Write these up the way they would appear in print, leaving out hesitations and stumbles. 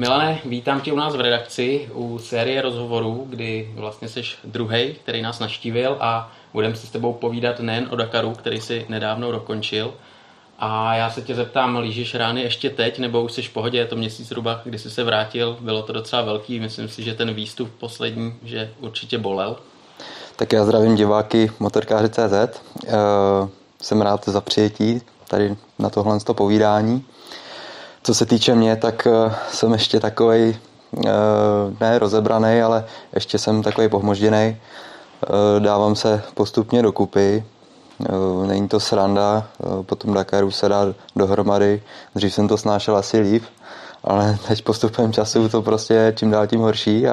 Milane, vítám tě u nás v redakci u série rozhovorů, kdy vlastně jsi druhej, který nás navštívil a budeme si s tebou povídat nejen o Dakaru, který si nedávno dokončil. A já se tě zeptám, lížeš rány ještě teď, nebo už jsi v pohodě? Je to měsíc zhruba, kdy jsi se vrátil, bylo to docela velký, myslím si, že ten výstup poslední, že určitě bolel. Tak já zdravím diváky Motorkáři.cz. Jsem rád za přijetí tady na tohle povídání. Co se týče mě, tak jsem ještě takovej, ne rozebraný, ale ještě jsem takovej pohmožděnej. Dávám se postupně dokupy. Není to sranda, po tom Dakaru se dá dohromady. Dřív jsem to snášel asi líp, ale teď postupem času to prostě je čím dál tím horší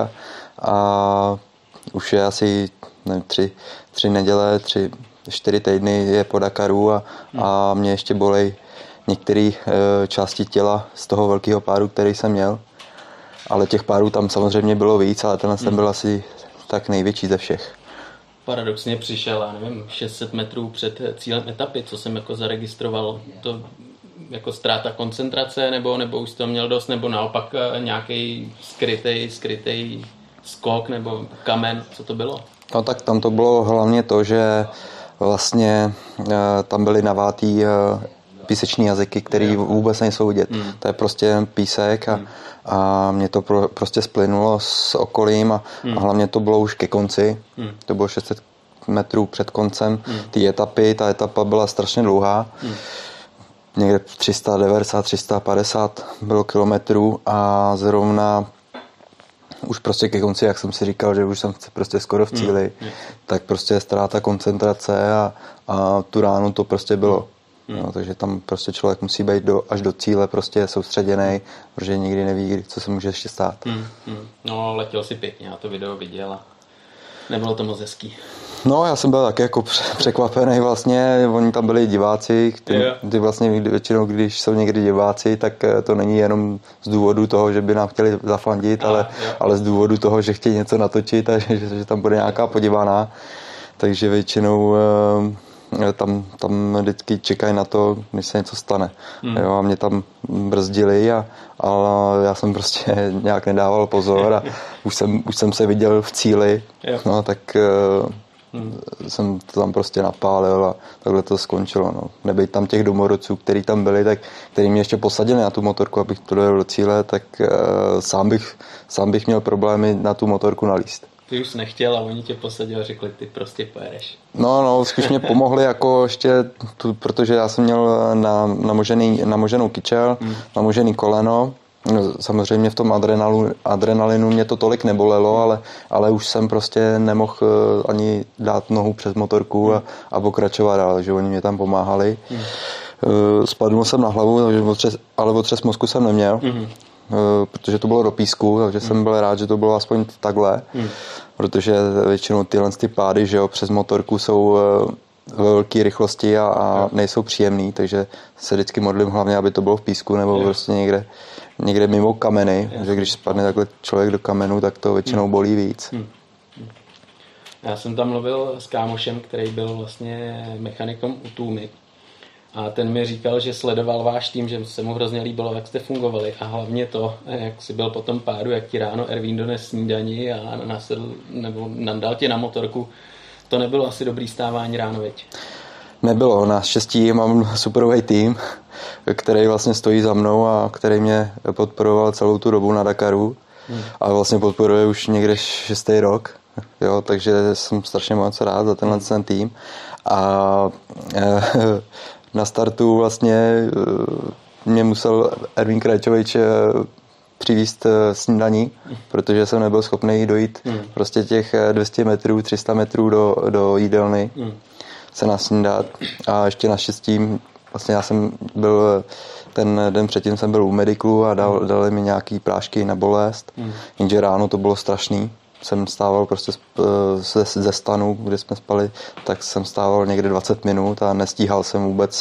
a už je asi tři neděle, 4 týdny je po Dakaru a mě ještě bolej některé části těla z toho velkého páru, který jsem měl. Ale těch párů tam samozřejmě bylo víc, ale ten byl asi tak největší ze všech. Paradoxně přišel, já nevím, 600 metrů před cílem etapy, co jsem jako zaregistroval, to jako ztráta koncentrace, nebo už to měl dost, nebo naopak nějaký skrytej skok nebo kamen, co to bylo? No tak tam to bylo hlavně to, že vlastně tam byly navátý píseční jazyky, které vůbec nejsou vidět. To je prostě písek a mě to prostě splynulo s okolím a hlavně to bylo už ke konci. To bylo 600 metrů před koncem té etapy. Ta etapa byla strašně dlouhá. Někde 390, 350 bylo kilometrů a zrovna už prostě ke konci, jak jsem si říkal, že už jsem prostě skoro v cíli, tak prostě ztráta koncentrace a tu ránu to prostě bylo. No, takže tam prostě člověk musí být až do cíle prostě soustředěnej, protože nikdy neví, co se může ještě stát. No, letěl si pěkně, já to video viděl a nebylo to moc hezký. No, já jsem byl taky jako překvapený vlastně, oni tam byli diváci, ty vlastně většinou, když jsou někdy diváci, tak to není jenom z důvodu toho, že by nám chtěli zafandit, ale z důvodu toho, že chtějí něco natočit a že tam bude nějaká podívaná. Takže většinou tam vždycky čekají na to, než se něco stane. Jo, a mě tam brzdili a já jsem prostě nějak nedával pozor a už jsem se viděl v cíli, no tak jsem to tam prostě napálil a takhle to skončilo. No. Nebejt tam těch domorodců, kteří tam byli, tak který mě ještě posadili na tu motorku, abych to dojel do cíle, tak sám bych měl problémy na tu motorku nalíst. Ty už jsi nechtěl a oni tě posadili a řekli, ty prostě pojedeš. No, spíš mě pomohli jako ještě, protože já jsem měl namoženou kyčel, namožený koleno. Samozřejmě v tom adrenalinu mě to tolik nebolelo, ale už jsem prostě nemohl ani dát nohu přes motorku a pokračovat dál, že oni mě tam pomáhali. Spadl jsem na hlavu, ale otřes mozku jsem neměl. Protože to bylo do písku, takže jsem byl rád, že to bylo aspoň takhle, protože většinou tyhle pády, že jo, přes motorku jsou ve velké rychlosti a nejsou příjemný, takže se vždycky modlím hlavně, aby to bylo v písku nebo prostě někde mimo kameny, že když spadne takhle člověk do kamenu, tak to většinou bolí víc. Já jsem tam mluvil s kámošem, který byl vlastně mechanikem u Tůmy. A ten mi říkal, že sledoval váš tým, že se mu hrozně líbilo, jak jste fungovali a hlavně to, jak jsi byl po tom pádu, jak ti ráno Ervín dones snídani a nasedl nebo nandal tě na motorku. To nebylo asi dobrý stávání ráno, veď? Nebylo. Naštěstí mám superový tým, který vlastně stojí za mnou a který mě podporoval celou tu dobu na Dakaru a vlastně podporuje už někde 6. rok. Jo, takže jsem strašně moc rád za ten tým a na startu vlastně mě musel Ervín Krajčovič přivízt snídaní, protože jsem nebyl schopný dojít prostě těch 200 metrů, 300 metrů do jídelny se nasnídat a ještě naštěstí vlastně já jsem byl ten den předtím jsem byl u mediklu a dali mi nějaký prášky na bolest, jenže ráno to bylo strašný. Jsem stával prostě ze stanu, kde jsme spali, tak jsem stával někde 20 minut a nestíhal jsem vůbec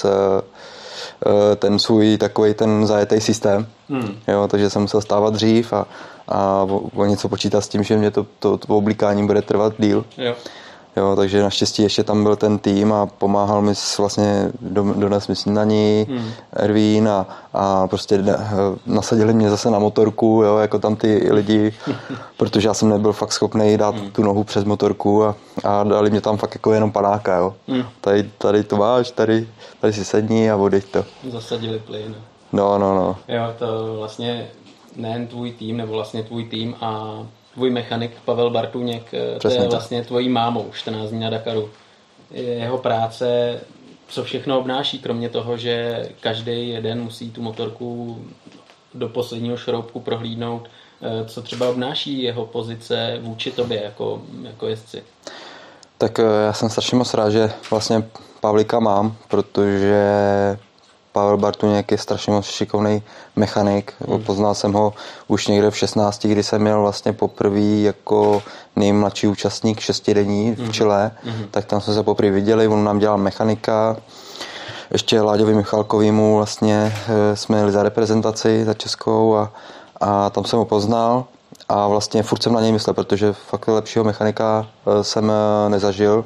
ten svůj takový ten zajetý systém. Jo, takže jsem musel stávat dřív a o něco počítat s tím, že mě to oblíkání bude trvat díl. Jo, takže naštěstí ještě tam byl ten tým a pomáhal mi vlastně dones mi snídaní, Ervín a prostě nasadili mě zase na motorku, jo, jako tam ty lidi, protože já jsem nebyl fakt schopný dát tu nohu přes motorku a dali mě tam fakt jako jenom panáka, jo. Tady to máš, tady si sedni a odjeď to. Zasadili plyn. No. Jo, to vlastně nejen tvůj tým, nebo vlastně tvůj tým a tvůj mechanik Pavel Bartůněk, to je vlastně tvojí mámou 14 dní na Dakaru. Jeho práce, co všechno obnáší, kromě toho, že každý jeden musí tu motorku do posledního šroubku prohlídnout, co třeba obnáší jeho pozice vůči tobě jako jezdci? Tak já jsem strašně moc rád, že vlastně Pavlíka mám, protože Pavel Bartůněk je strašně moc šikovný mechanik. Poznal jsem ho už někde v 16, kdy jsem měl vlastně poprvé jako nejmladší účastník 6denní v Chile, tak tam jsme se poprvé viděli, on nám dělal mechanika. Ještě Láďovi Michalkovýmu vlastně jsme jeli za reprezentaci, za českou a tam jsem ho poznal a vlastně furt jsem na něj myslel, protože fakt lepšího mechanika jsem nezažil.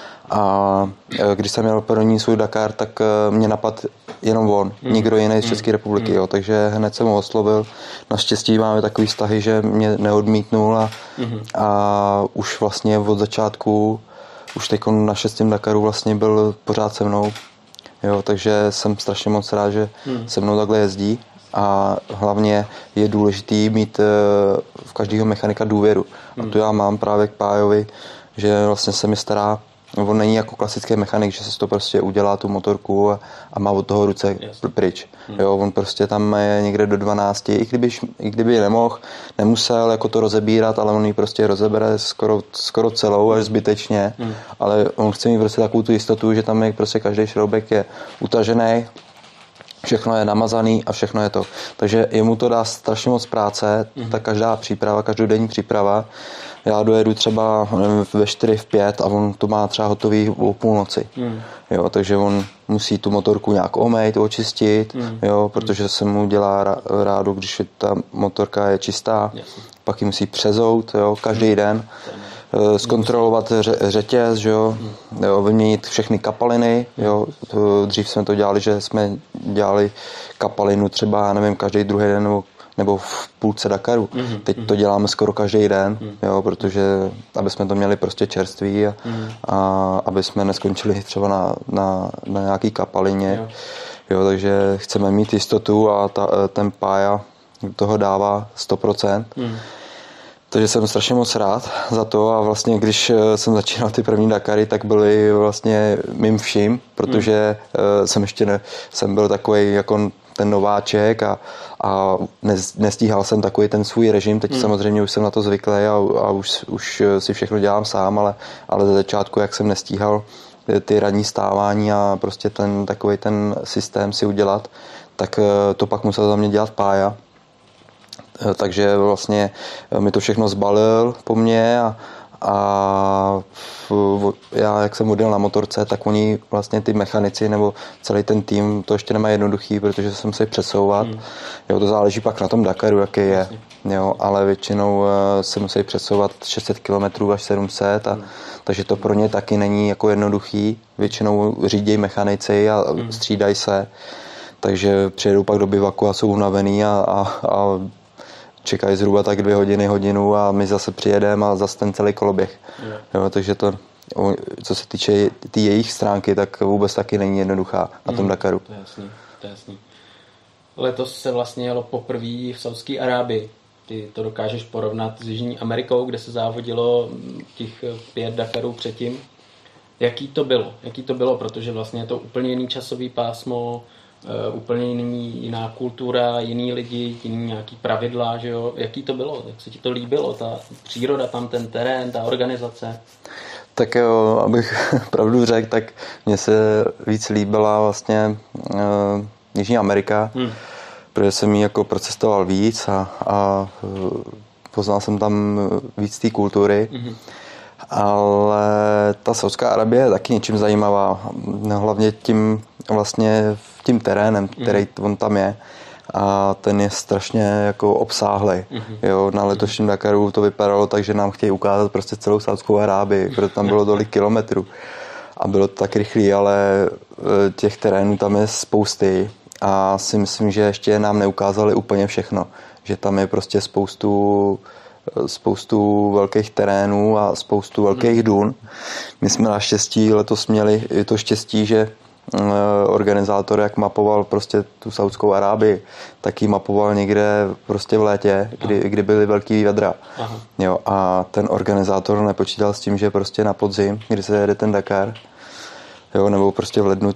A když jsem měl první svůj Dakar, tak mě napadl jenom on, nikdo jiný z České republiky, jo, takže hned jsem ho oslovil. Naštěstí máme takový vztahy, že mě neodmítnul a už vlastně od začátku, už teď na 6. Dakaru vlastně byl pořád se mnou, jo, takže jsem strašně moc rád, že se mnou takhle jezdí a hlavně je důležitý mít v každého mechanika důvěru. A tu já mám právě k Pájovi, že vlastně se mi stará. On není jako klasický mechanik, že se to prostě udělá tu motorku a má od toho ruce pryč. Jo, on prostě tam je někde do 12, i kdyby nemohl, nemusel jako to rozebírat, ale on ji prostě rozebere skoro celou až zbytečně, ale on chce mít prostě takovou tu jistotu, že tam je prostě každý šroubek je utažený, všechno je namazaný a všechno je to. Takže jemu to dá strašně moc práce, ta každá příprava, každodenní příprava. Já dojedu třeba ve 4, v 5 a on to má třeba hotový o půlnoci. Jo, takže on musí tu motorku nějak omejt, očistit, jo, protože se mu dělá rádo, když ta motorka je čistá. Pak ji musí přezout, jo, každý den. Zkontrolovat řetěz, že jo, vyměnit všechny kapaliny, jo. Dřív jsme to dělali, že jsme dělali kapalinu třeba, nevím, každý druhý den nebo v půlce Dakaru. Teď to děláme skoro každý den, jo, protože aby jsme to měli prostě čerství a aby jsme neskončili třeba na nějaký kapalině. Jo, takže chceme mít jistotu a ten Pája toho dává 100%. Takže jsem strašně moc rád za to a vlastně když jsem začínal ty první Dakary, tak byly vlastně mým vším, protože jsem byl takový jako ten nováček a nestíhal jsem takový ten svůj režim. Teď samozřejmě už jsem na to zvyklý a už si všechno dělám sám, ale ze začátku, jak jsem nestíhal ty ranní stávání a prostě takový ten systém si udělat, tak to pak musel za mě dělat Pája. Takže vlastně mi to všechno zbalil po mně a já, jak jsem odjel na motorce, tak oni vlastně ty mechanici nebo celý ten tým to ještě nemá jednoduchý, protože se musí přesouvat. Jo, to záleží pak na tom Dakaru, jaký je. Jo, ale většinou se musí přesouvat 600 km až 700 takže to pro ně taky není jako jednoduchý. Většinou řídí mechanici a střídají se, takže přijedou pak do bivaku a jsou unavený a čekají zhruba tak 2 hodinu a my zase přijedeme a zase ten celý koloběh. Jo, takže to, co se týče té jejich stránky, tak vůbec taky není jednoduchá na tom Dakaru. To je jasný. Letos se vlastně jelo poprvé v Saudské Arábii. Ty to dokážeš porovnat s Jižní Amerikou, kde se závodilo těch 5 Dakarů předtím. Jaký to bylo, protože vlastně je to úplně jiný časový pásmo, úplně jiná kultura, jiný lidi, jiný nějaký pravidla, že jo? Jaký to bylo? Jak se ti to líbilo? Ta příroda tam, ten terén, ta organizace? Tak jo, abych pravdu řekl, tak mně se víc líbila vlastně Jižní Amerika, protože jsem ji jako procestoval víc a poznal jsem tam víc té kultury. Ale ta Saudská Arabie je taky něčím zajímavá, hlavně tím terénem, který on tam je. a ten je strašně jako obsáhlej. Jo, na letošním Dakaru to vypadalo tak, že nám chtějí ukázat prostě celou Saudskou Arábii, protože tam bylo tolik kilometrů a bylo to tak rychlý, ale těch terénů tam je spousty a si myslím, že ještě nám neukázali úplně všechno, že tam je prostě spoustu velkých terénů a spoustu velkých dun. My jsme naštěstí letos měli to štěstí, že organizátor, jak mapoval prostě tu Saudskou Arábii, tak ji mapoval někde prostě v létě, kdy byly velký vedra. Jo, a ten organizátor nepočítal s tím, že prostě na podzim, kdy se jede ten Dakar, jo, nebo prostě v lednu,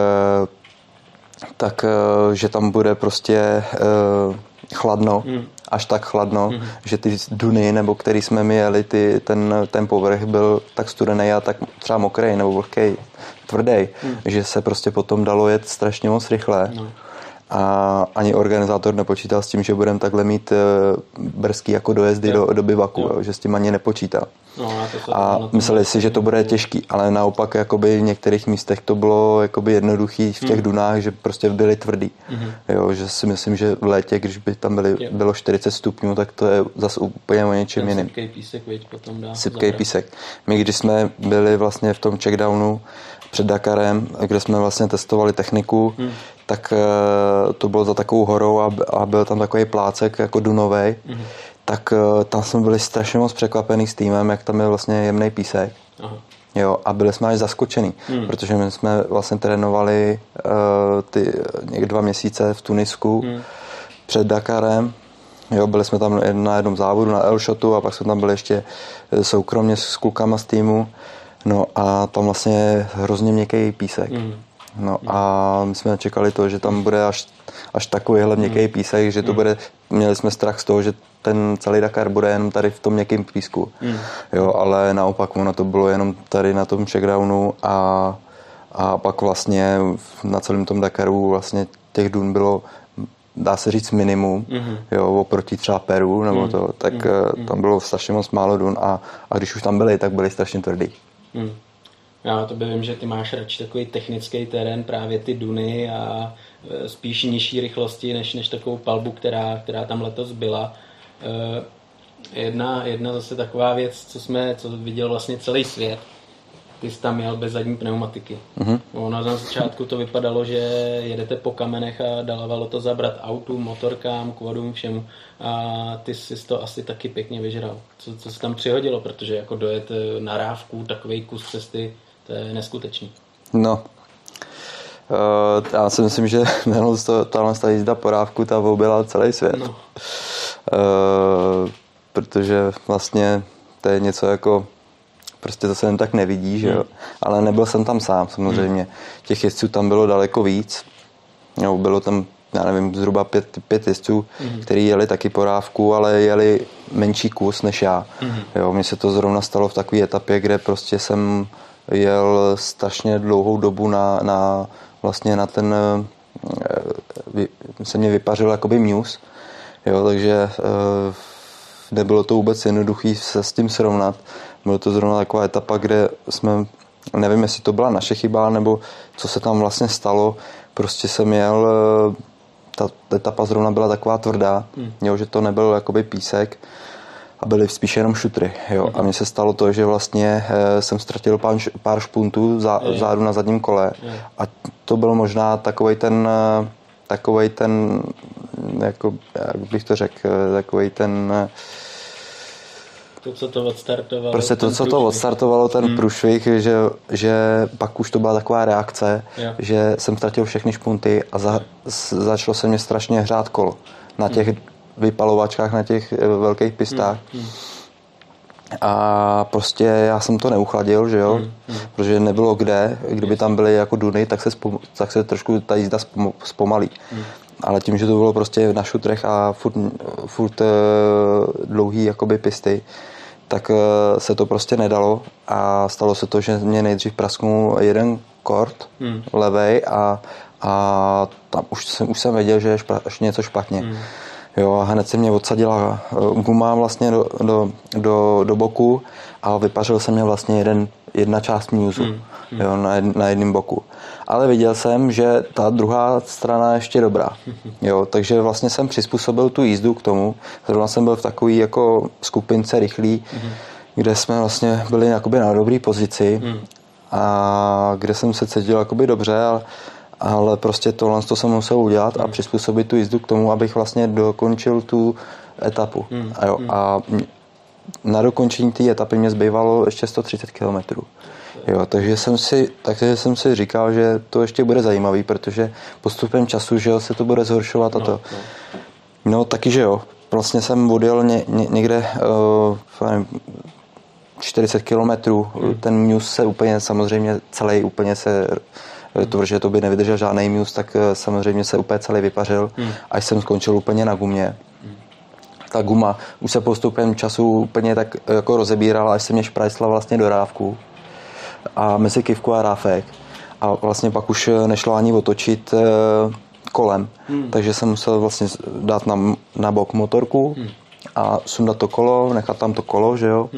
tak že tam bude prostě chladno, až tak chladno, že ty duny, nebo který jsme my jeli, ten povrch byl tak studený a tak třeba mokrej nebo vlhkej, tvrdý, že se prostě potom dalo jet strašně moc rychle. A ani organizátor nepočítal s tím, že budeme takhle mít brzký jako dojezdy do bivaku, jo, že s tím ani nepočítal. A mysleli si, že to bude těžký, ale naopak jakoby v některých místech to bylo jakoby jednoduchý v těch dunách, že prostě byly tvrdý. Jo, že si myslím, že v létě, když by tam bylo 40 stupňů, tak to je zase úplně o něčem jiným. Sypkej písek, veď, potom dá. Sypkej písek. My, když jsme byli vlastně v tom checkdownu před Dakarem, kde jsme vlastně testovali techniku, tak to bylo za takovou horou a byl tam takový plácek jako dunovej, tak tam jsme byli strašně moc překvapený s týmem, jak tam je vlastně jemný písek. Jo, a byli jsme až zaskočený, protože my jsme vlastně trénovali někdy 2 měsíce v Tunisku před Dakarem. Jo, byli jsme tam na jednom závodu na Elshotu a pak jsme tam byli ještě soukromně s klukama z týmu. No a tam vlastně je hrozně měkký písek. No a my jsme čekali to, že tam bude až takovýhle měkký písek, že to bude, měli jsme strach z toho, že ten celý Dakar bude jenom tady v tom měkkém písku. Jo, ale naopak ono to bylo jenom tady na tom checkdownu a pak vlastně na celém tom Dakaru vlastně těch dun bylo, dá se říct, minimum, jo, oproti třeba Peru nebo to, tak tam bylo strašně moc málo dun a když už tam byli, tak byli strašně tvrdý. Já to vím, že ty máš radši takový technický terén, právě ty duny a spíš nižší rychlosti než takovou palbu, která tam letos byla. Jedna zase taková věc, co viděl vlastně celý svět. Ty jsi tam jel bez zadní pneumatiky. Ono na začátku to vypadalo, že jedete po kamenech a dávalo to zabrat autům, motorkám, quadům, všemu. A ty jsi to asi taky pěkně vyžral. Co se tam přihodilo, protože jako dojet na rávku takovej kus cesty, to je neskutečný. No, já si myslím, že ta jízda po rávku ta objela celý svět. No. Protože vlastně to je něco jako, prostě to se jen tak nevidí, že jo. Ale nebyl jsem tam sám samozřejmě. Těch jezdců tam bylo daleko víc. Jo, bylo tam, já nevím, zhruba 5 jezdců, kteří jeli taky po rávku, ale jeli menší kus než já. Jo, mně se to zrovna stalo v takové etapě, kde prostě jsem jel strašně dlouhou dobu vlastně na ten, se mě vypařil jakoby mňus, jo, takže nebylo to vůbec jednoduchý se s tím srovnat. Bylo to zrovna taková etapa, kde jsme, nevím, jestli to byla naše chyba, nebo co se tam vlastně stalo, prostě jsem jel, ta etapa zrovna byla taková tvrdá, jo, že to nebyl jakoby písek, a byly spíš jenom šutry. Jo. A mně se stalo to, že vlastně jsem ztratil pár špuntů zádu na zadním kole. A to byl možná takovej ten jako, jak bych to řekl, takovej ten... To, co to odstartovalo. Prostě to, co to odstartovalo, ten průšvih, že pak už to byla taková reakce, že jsem ztratil všechny špunty a začalo se mě strašně hřát kolo na těch vypalovačkách, na těch velkých pistách. A prostě já jsem to neuchladil, že jo, protože nebylo kdyby tam byly jako duny, tak se trošku ta jízda zpomalí. Ale tím, že to bylo prostě na šutrech a furt dlouhý jakoby pisty, tak se to prostě nedalo a stalo se to, že mě nejdřív prasknul jeden kord levej a tam už jsem věděl, že je něco špatně. Jo, a hned se mě odsadila guma vlastně do boku a vypařil se mě vlastně jedna část mňuzu, jo, na jednom boku. Ale viděl jsem, že ta druhá strana je ještě dobrá. Jo, takže vlastně jsem přizpůsobil tu jízdu k tomu. Zrovna jsem byl v takové jako skupince rychlý, kde jsme vlastně byli jakoby na dobré pozici a kde jsem se cítil jakoby dobře, ale prostě tohle jsem musel udělat a přizpůsobit tu jízdu k tomu, abych vlastně dokončil tu etapu. A na dokončení té etapy mě zbývalo ještě 130 km. Jo, takže jsem si říkal, že to ještě bude zajímavý, protože postupem času, že jo, se to bude zhoršovat a to. No taky, že jo. Vlastně jsem odjel někde 40 kilometrů. Ten mňuz se úplně samozřejmě celý úplně se, protože to by nevydržel žádný mňuz, tak samozřejmě se úplně celý vypařil, až jsem skončil úplně na gumě. Ta guma už se postupem času úplně tak jako rozebírala, až se mě šprajsla vlastně do rávku a mezi kivku a ráfek. A vlastně pak už nešlo ani otočit kolem, takže jsem musel vlastně dát na bok motorku a sundat to kolo, nechat tam to kolo, že jo,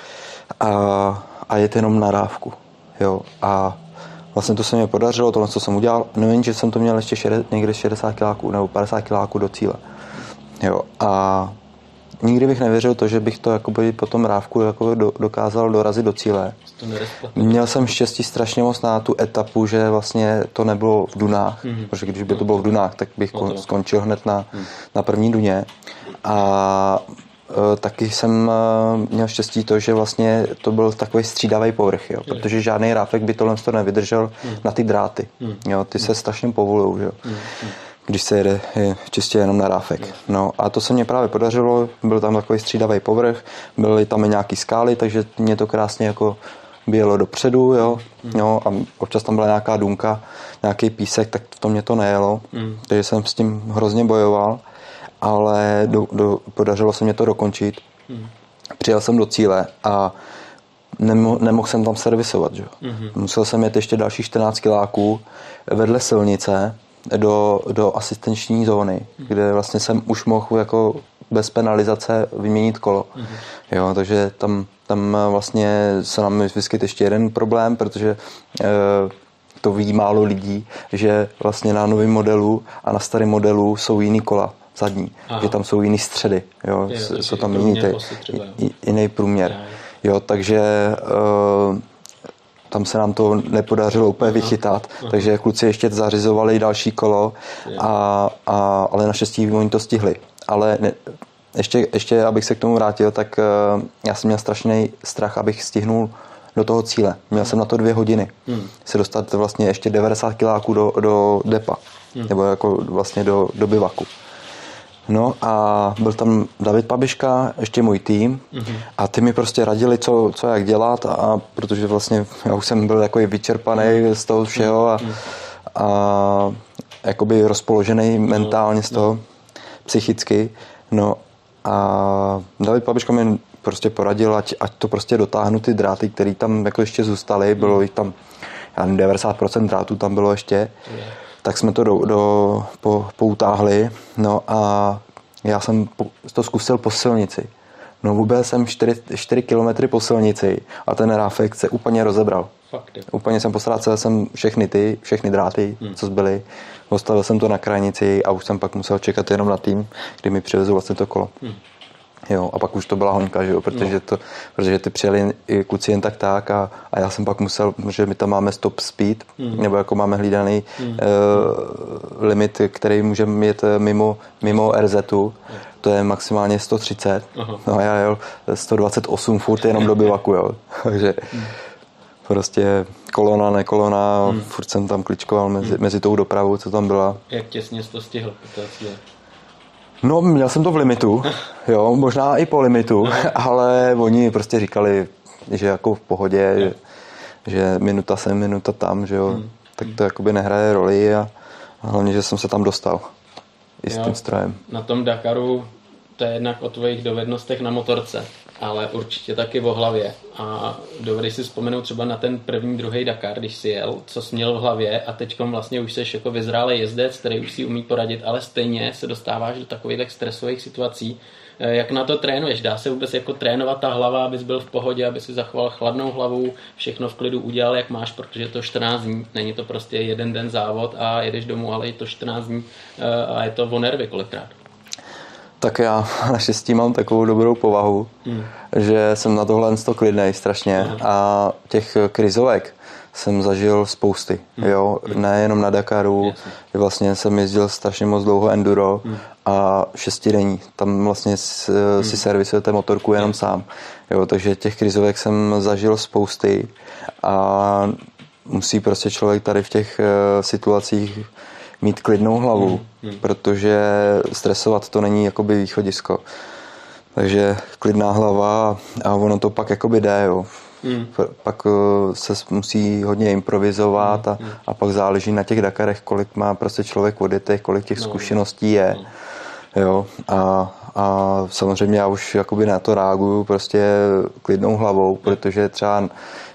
a jet jenom na rávku, jo. A vlastně to se mi podařilo, tohle, co jsem udělal, no jen, že jsem to měl ještě někde 60 kiláků nebo 50 kiláků do cíle, jo. A nikdy bych nevěřil to, že bych to jakoby po tom rávku jako dokázal dorazit do cíle. Měl jsem štěstí strašně moc na tu etapu, že vlastně to nebylo v dunách, protože když by to bylo v dunách, tak bych skončil hned na první duně. A taky jsem měl štěstí to, že vlastně to byl takový střídavý povrch, jo, protože žádný ráfek by tohle nevydržel na ty dráty. Jo, ty se strašně povolujou, jo. Když se jede čistě jenom na ráfek. No a to se mě právě podařilo, byl tam takový střídavý povrch, byly tam i nějaký skály, takže mě to krásně jako bělo dopředu, jo. No, a občas tam byla nějaká dunka, nějaký písek, tak to mě to nejelo, takže jsem s tím hrozně bojoval, ale podařilo se mě to dokončit. Přijel jsem do cíle a nemohl jsem tam servisovat, že? Musel jsem jet ještě další 14 kiláků vedle silnice do asistenční zóny, kde vlastně jsem už mohl jako bez penalizace vyměnit kolo. Jo, takže tam vlastně se nám vyskyt ještě jeden problém, protože to ví málo lidí, že vlastně na novém modelu a na starém modelu jsou jiný kola zadní, že tam jsou jiný středy, jo, jsou tam jiný průměr. Jo, takže tam se nám to nepodařilo úplně vychytat, takže kluci ještě zařizovali další kolo, ale naštěstí oni to stihli. Ale ještě abych se k tomu vrátil, tak já jsem měl strašný strach, abych stihnul do toho cíle. Měl jsem na to 2 hodiny se dostat vlastně ještě 90 kiláků do depa, nebo jako vlastně do bivaku. No a byl tam David Pabiška, ještě můj tým a ty mi prostě radili, co jak dělat a protože vlastně já už jsem byl takový vyčerpaný z toho všeho a jakoby rozpoložený mentálně z toho, psychicky. No a David Pabiška mi prostě poradil, ať to prostě dotáhnu ty dráty, které tam jako ještě zůstaly, bylo jich tam 90% drátů tam bylo ještě. Tak jsme to poutáhli, no a já jsem to zkusil po silnici. No vůbec jsem 4 kilometry po silnici a ten ráfek se úplně rozebral. Úplně jsem postrácel jsem všechny dráty, co zbyly. Postavil jsem to na krajnici a už jsem pak musel čekat jenom na tým, kdy mi přivezou vlastně to kolo. Jo, a pak už to byla hoňka, že jo, protože ty přijeli kluci jen tak a já jsem pak musel, že my tam máme stop speed, nebo jako máme hlídaný limit, který můžeme jet mimo RZ-u, to je maximálně 130, no a já jel 128 furt jenom do bivaku, jo, takže prostě kolona, nekolona, furt jsem tam kličkoval mezi tou dopravou, co tam byla. Jak těsně jsi to stihl po té cíle? No, měl jsem to v limitu, jo, možná i po limitu, ale oni prostě říkali, že jako v pohodě, že minuta sem, minuta tam, že jo, tak to jakoby nehraje roli a hlavně, že jsem se tam dostal i s tím strojem. Na tom Dakaru to je jednak o tvojich dovednostech na motorce. ale určitě taky o hlavě. A dovedeš si vzpomenout třeba na ten první, druhý Dakar, když si jel, co jsi měl v hlavě a teďkom vlastně už jsi jako vyzrálej jezdec, který už si umí poradit, ale stejně se dostáváš do takových stresových situací. Jak na to trénuješ? Dá se vůbec jako trénovat ta hlava, abys byl v pohodě, aby si zachoval chladnou hlavu, všechno v klidu udělal, jak máš, protože je to 14 dní, není to prostě jeden den závod a jedeš domů, ale je to 14 dní a je to o nervy kolikrát. Tak já naštěstí mám takovou dobrou povahu, že jsem na tohle klidnej strašně a těch krizovek jsem zažil spousty, jo, nejenom na Dakaru, vlastně jsem jezdil strašně moc dlouho enduro a 6denní, tam vlastně si servisujete motorku jenom sám, jo, takže těch krizovek jsem zažil spousty a musí prostě člověk tady v těch situacích mít klidnou hlavu, protože stresovat to není jakoby východisko. Takže klidná hlava a ono to pak jakoby jde, jo. Pak se musí hodně improvizovat a pak záleží na těch Dakarech, kolik má prostě člověk odjetech, kolik těch zkušeností je. Jo. A samozřejmě já už jakoby na to reaguju prostě klidnou hlavou, protože třeba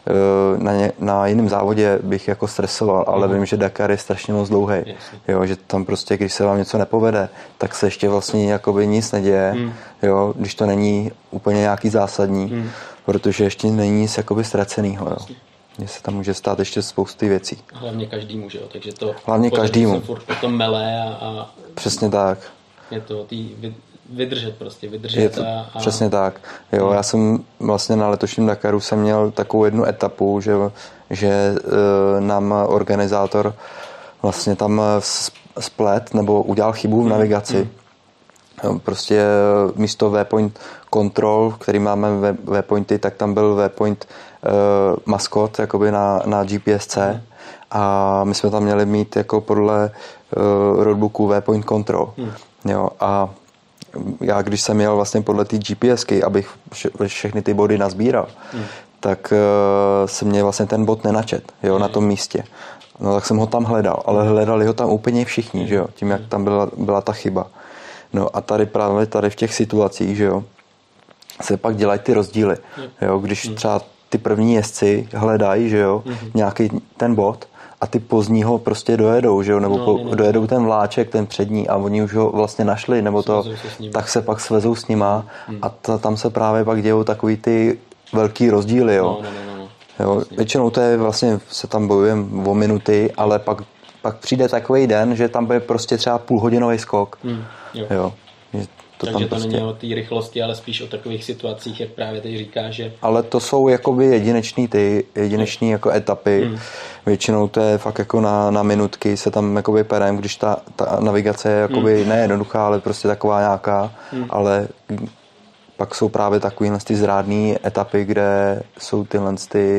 na jiném závodě bych jako stresoval, ale vím, že Dakar je strašně moc dlouhý. Jo, že tam prostě, když se vám něco nepovede, tak se ještě vlastně jakoby nic neděje, jo, když to není úplně nějaký zásadní, protože ještě není nic jakoby ztracenýho, jo. Mně se tam může stát ještě spousty věcí. Hlavně každému, že jo, takže to hlavně každému. Se furt potom mele a přesně tak. Je to vydržet. Je to, přesně tak. Jo, já jsem vlastně na letošním Dakaru jsem měl takovou jednu etapu, že nám organizátor vlastně tam splet nebo udělal chybu v navigaci. Prostě místo waypoint control, který máme waypointy, tak tam byl waypoint maskot jakoby na GPSC a my jsme tam měli mít jako podle roadbooku waypoint control. Jo, a já když jsem jel vlastně podle té GPSky, abych všechny ty body nazbíral, tak se mě vlastně ten bod nenačet, jo, na tom místě. No tak jsem ho tam hledal, ale hledali ho tam úplně všichni, že jo, tím jak tam byla ta chyba. No a tady v těch situacích, že jo, se pak dělají ty rozdíly, jo, když třeba ty první jezdci hledají, že jo, nějaký ten bod a ty pozdní ho prostě dojedou, že jo, nebo dojedou ten vláček, ten přední a oni už ho vlastně našli, nebo to, tak se pak svezou s nima a tam se právě pak dějou takový ty velký rozdíly, jo. Jo, většinou to je vlastně, se tam bojujeme o minuty, ale pak přijde takový den, že tam bude prostě třeba půlhodinový skok. Jo. Takže to není o té rychlosti, ale spíš o takových situacích, jak právě teď říkáš, že... Ale to jsou jakoby jedinečný jako etapy. Většinou to je fakt jako na minutky se tam jakoby perem, když ta navigace je jakoby nejednoduchá, ale prostě taková nějaká, ale pak jsou právě takovýhle ty zrádný etapy, kde jsou tyhle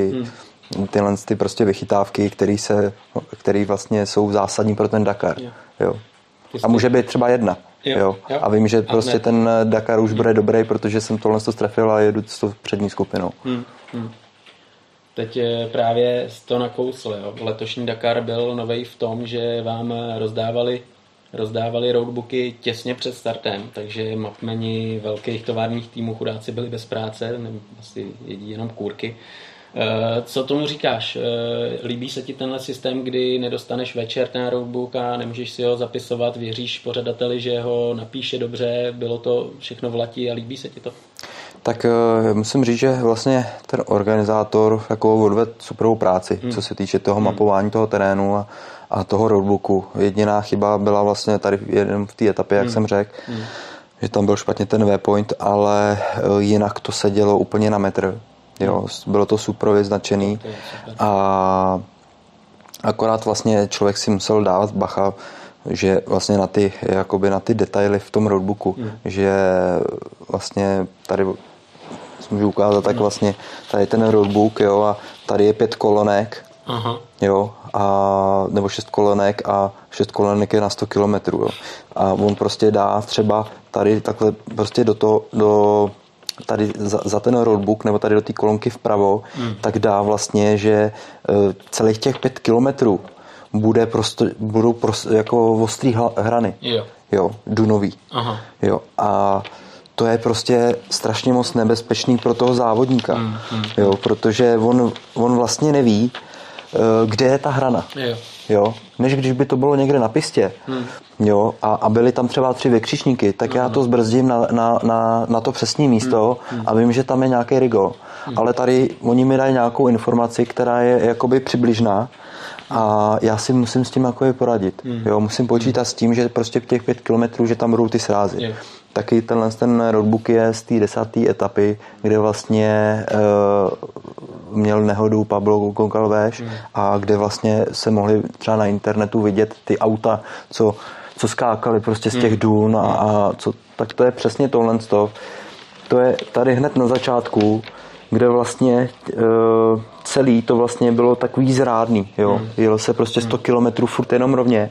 prostě vychytávky, které vlastně jsou zásadní pro ten Dakar. Jo. A může být třeba jedna. Jo. A vím, že prostě ten Dakar už bude dobrý, protože jsem tohle strefil a jedu s tou přední skupinou. Teď právě to nakousl. Jo. Letošní Dakar byl novej v tom, že vám rozdávali roadbooky těsně před startem, takže mapmeni velkých továrních týmů chudáci byli bez práce, asi jedí jenom kůrky. Co tomu říkáš? Líbí se ti tenhle systém, kdy nedostaneš večer ten roadbook a nemůžeš si ho zapisovat, věříš pořadateli, že ho napíše dobře, bylo to všechno v lati a líbí se ti to? Tak musím říct, že vlastně ten organizátor jako odvedl superovou práci, co se týče toho mapování toho terénu a toho roadbooku. Jediná chyba byla vlastně tady jen v té etapě, jak jsem řekl, že tam byl špatně ten waypoint, ale jinak to se dělo úplně na metr. Jo, bylo to super vyznačený a akorát vlastně člověk si musel dávat bacha, že vlastně na ty detaily v tom roadbooku, že vlastně tady můžu ukázat, tak vlastně tady ten roadbook, jo, a tady je 5 kolonek, jo, nebo 6 kolonek a 6 kolonek je na 100 kilometrů, jo. A on prostě dá třeba tady takhle prostě tady za ten roadbook nebo tady do té kolonky vpravo, tak dá vlastně, že celých těch 5 kilometrů budou jako ostrý hrany. Jo, dunový. Jo, a to je prostě strašně moc nebezpečný pro toho závodníka, jo, protože on vlastně neví, kde je ta hrana. Jo, než když by to bylo někde na pistě, jo, a byly tam třeba 3 vykřičníky, tak já to zbrzdím na to přesné místo a vím, že tam je nějaký rigol. Ale tady oni mi dají nějakou informaci, která je jakoby přibližná a já si musím s tím jako poradit. Jo, musím počítat s tím, že prostě v těch 5 kilometrů, že tam budou ty srázy. Taky ten roadbook je z té 10. etapy, kde vlastně měl nehodu Pablo Goncalves a kde vlastně se mohli třeba na internetu vidět ty auta, co skákaly prostě z těch dun a co, tak to je přesně tohle. To je tady hned na začátku, kde vlastně celý to vlastně bylo takový zrádný. Jo. Jelo se prostě 100 kilometrů furt jenom rovně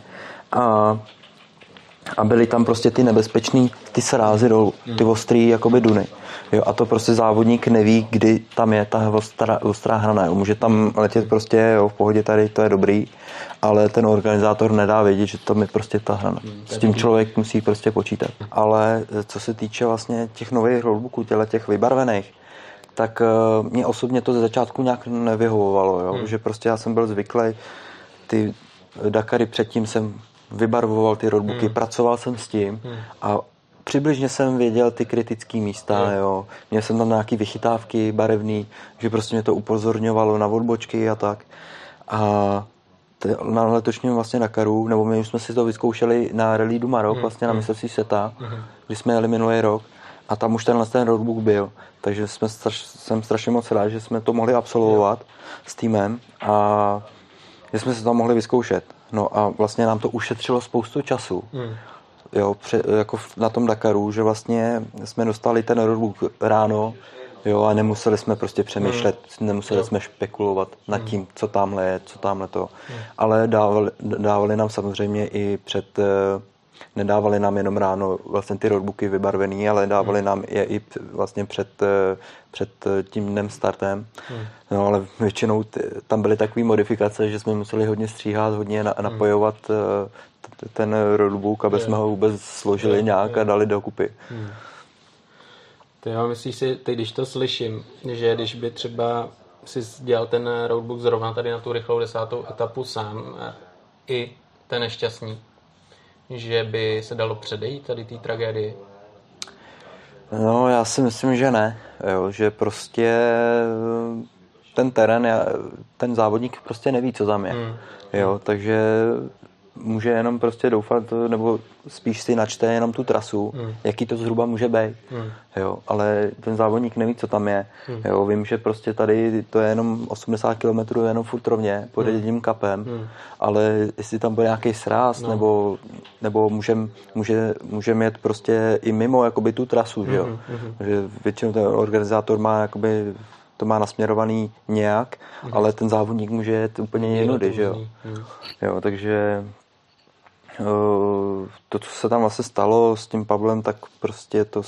a byly tam prostě ty nebezpečný, ty srázy dolů, ty ostrý jakoby duny. Jo, a to prostě závodník neví, kdy tam je ta ostrá hrana. Jo. Může tam letět prostě, jo, v pohodě tady, to je dobrý, ale ten organizátor nedá vědět, že tam je prostě ta hrana. S tím člověk musí prostě počítat. Ale co se týče vlastně těch nových roadbooků, těch vybarvených, tak mě osobně to ze začátku nějak nevyhovovalo, jo. Že prostě já jsem byl zvyklý, ty Dakary předtím jsem vybarvoval ty roadbooky, pracoval jsem s tím a přibližně jsem věděl ty kritické místa, jo. Měl jsem tam nějaký vychytávky barevný, že prostě mě to upozorňovalo na odbočky a tak. A na letošním vlastně Dakaru, nebo my už jsme si to vyzkoušeli na Rallye du Maroc, vlastně na mistrovství světa, kdy jsme jeli minulý rok a tam už ten roadbook byl. Takže jsem strašně moc rád, že jsme to mohli absolvovat s týmem a že jsme se tam mohli vyzkoušet. No a vlastně nám to ušetřilo spoustu času. Jo, jako na tom Dakaru, že vlastně jsme dostali ten roadbook ráno, jo, a nemuseli jsme prostě přemýšlet, nemuseli jsme špekulovat nad tím, co tamhle je, co tamhle to. Ale dávali nám samozřejmě i nedávali nám jenom ráno vlastně ty roadbooky vybarvený, ale dávali nám je i vlastně před tím dnem startem. No, ale většinou tam byly takové modifikace, že jsme museli hodně stříhat, hodně napojovat ten roadbook, aby jsme ho vůbec složili nějak a dali dokupy. Ty jo, myslíš si, teď když to slyším, že když by třeba si dělal ten roadbook zrovna tady na tu rychlou 10. etapu sám, i ten nešťastný, že by se dalo předejít tady té tragédii? No, já si myslím, že ne. Jo, že prostě ten terén, ten závodník prostě neví, co tam je. Jo, takže může jenom prostě doufat, nebo spíš si načte jenom tu trasu, jaký to zhruba může být. Jo, ale ten závodník neví, co tam je. Jo, vím, že prostě tady to je jenom 80 km, jenom furt rovně, pod jedním kapem, ale jestli tam bude nějaký sráz, nebo můžeme jet prostě i mimo jakoby tu trasu, že jo. Že většinou ten organizátor má jakoby to má nasměrovaný nějak, ale ten závodník může jet úplně jinudy, že jo. Jo, takže to, co se tam vlastně stalo s tím Pablem, tak prostě to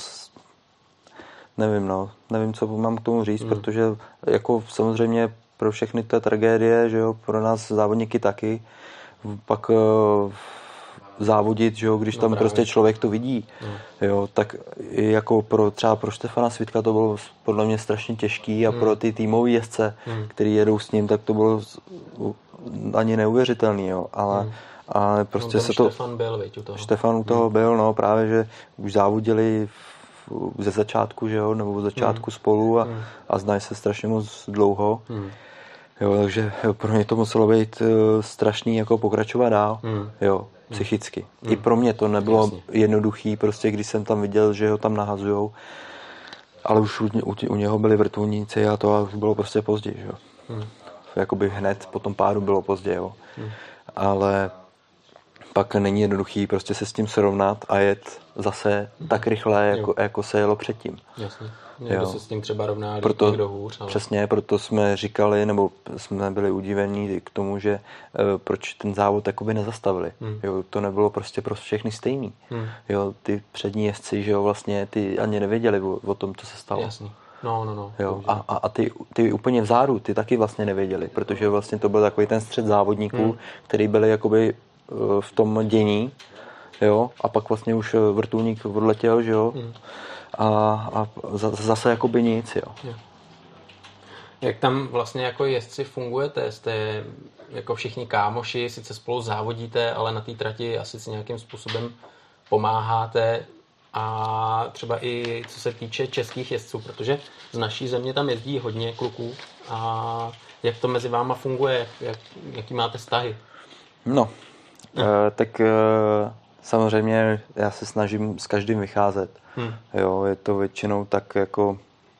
nevím, co mám k tomu říct, protože jako samozřejmě pro všechny to je tragédie, že jo, pro nás závodníky taky, pak závodit, že jo, když tam právě prostě člověk to vidí, jo, tak jako třeba pro Štefana Svitka to bylo podle mě strašně těžký a pro ty týmový jezdce, který jedou s ním, tak to bylo ani neuvěřitelný, jo, ale prostě se to... Štefan byl, veď, u toho. Štefan u toho byl, no, právě, že už závodili ze začátku, že jo, nebo ze začátku spolu a znají se strašně moc dlouho. Jo, takže pro mě to muselo být strašný jako pokračovat dál, jo, psychicky. I pro mě to nebylo jednoduchý, prostě když jsem tam viděl, že ho tam nahazujou, ale už u něho byli vrtulníci a to už bylo prostě pozdě, že jo. Jakoby hned po tom pádu bylo pozdě, jo. Ale pak není jednoduchý prostě se s tím srovnat a jet zase tak rychle, jako se jelo předtím. Jasně. Někdo se s tím třeba rovná někdo hůř. Ale... Přesně, proto jsme říkali, nebo jsme byli udivení k tomu, že proč ten závod takoby nezastavili. Jo, to nebylo prostě pro všechny stejný. Jo, ty přední jezdci, že jo, vlastně ty ani nevěděli o tom, co se stalo. Jasně. No. Jo, a ty úplně vzadu, ty taky vlastně nevěděli, protože vlastně to byl takový ten střed závodníků, který byli jakoby v tom dění, jo, a pak vlastně už vrtulník odletěl, že jo, a zase jakoby nic, jo. Jak tam vlastně jako jezdci fungujete? Jste jako všichni kámoši, sice spolu závodíte, ale na té trati asi si nějakým způsobem pomáháte a třeba i co se týče českých jezdců, protože z naší země tam jezdí hodně kluků a jak to mezi váma funguje, jaký máte vztahy? No, tak samozřejmě já se snažím s každým vycházet. Jo, je to většinou tak jako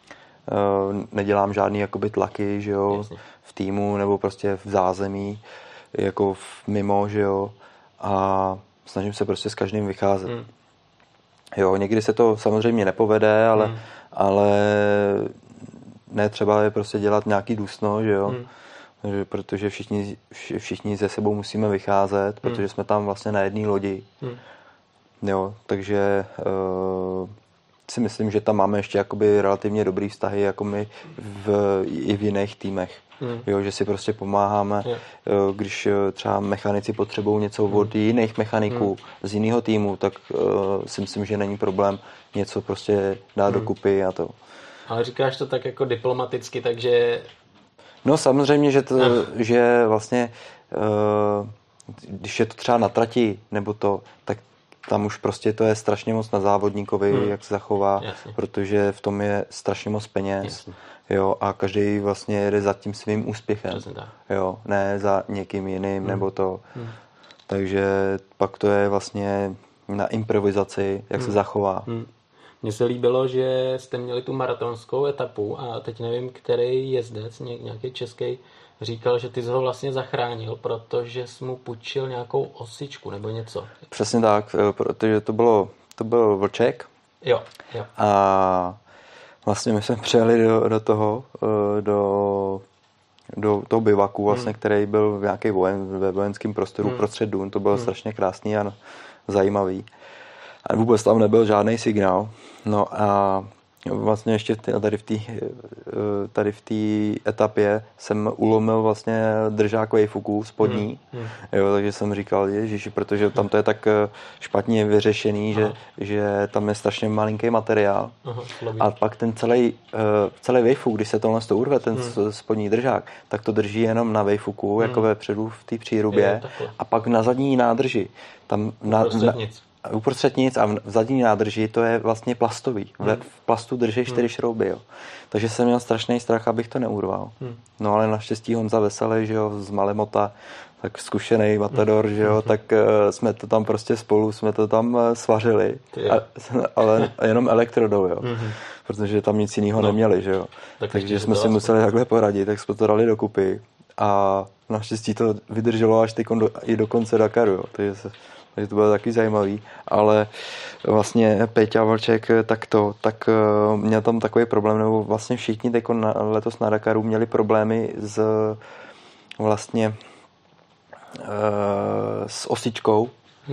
nedělám žádný jakoby tlaky, že jo, Jasně. v týmu nebo prostě v zázemí, jako mimo, že jo, a snažím se prostě s každým vycházet. Jo, někdy se to samozřejmě nepovede, ale ne třeba je prostě dělat nějaký dusno, že jo, protože všichni ze sebou musíme vycházet, protože jsme tam vlastně na jedné lodi. Jo, takže si myslím, že tam máme ještě jakoby relativně dobrý vztahy jako my i v jiných týmech. Jo, že si prostě pomáháme, když třeba mechanici potřebují něco od jiných mechaniků z jiného týmu, tak si myslím, že není problém něco prostě dát dokupy a to. Ale říkáš to tak jako diplomaticky, takže... No samozřejmě, že vlastně když je to třeba na trati nebo to, tak tam už prostě to je strašně moc na závodníkovi, jak se zachová, protože v tom je strašně moc peněz. Jo, a každý vlastně jede za tím svým úspěchem. Jo, ne za někým jiným nebo to. Takže pak to je vlastně na improvizaci, jak se zachová. Mně se líbilo, že jste měli tu maratonskou etapu a teď nevím, který jezdec, nějaký český, říkal, že ty jsi ho vlastně zachránil, protože jsi mu půjčil nějakou osičku nebo něco. Přesně tak, protože to byl vlček. Jo. A vlastně my jsme přijeli do toho bivaku, vlastně, který byl v nějaké ve vojenském prostoru prostřed dun. To bylo strašně krásný a zajímavý. A vůbec tam nebyl žádný signál. No a vlastně ještě tady v té etapě jsem ulomil vlastně držák wayfooku spodní. Jo, takže jsem říkal, ježiši, protože tam to je tak špatně vyřešený, že tam je strašně malinký materiál. A pak ten celý wayfook, když se tohle urve, ten spodní držák, tak to drží jenom na wayfooku, jako vepředu v té přírubě. A pak na zadní nádrži. Tam uprostřed nic a v zadní nádrži to je vlastně plastový. V plastu drží 4 šrouby, jo. Takže jsem měl strašný strach, abych to neurval. No ale naštěstí Honza Veselý, že jo, z Malemota, tak zkušený matador, že jo, tak jsme to tam prostě spolu, jsme to tam svařili, ale jenom elektrodou, jo. Protože tam nic jiného neměli, že jo. Takže jsme si museli takhle poradit, tak jsme to dali dokupy a naštěstí to vydrželo až i do konce Dakaru, jo. Takže to bylo taky zajímavý, ale vlastně Péťa Vlček tak měl tam takový problém, nebo vlastně všichni letos na Dakaru měli problémy s osičkou,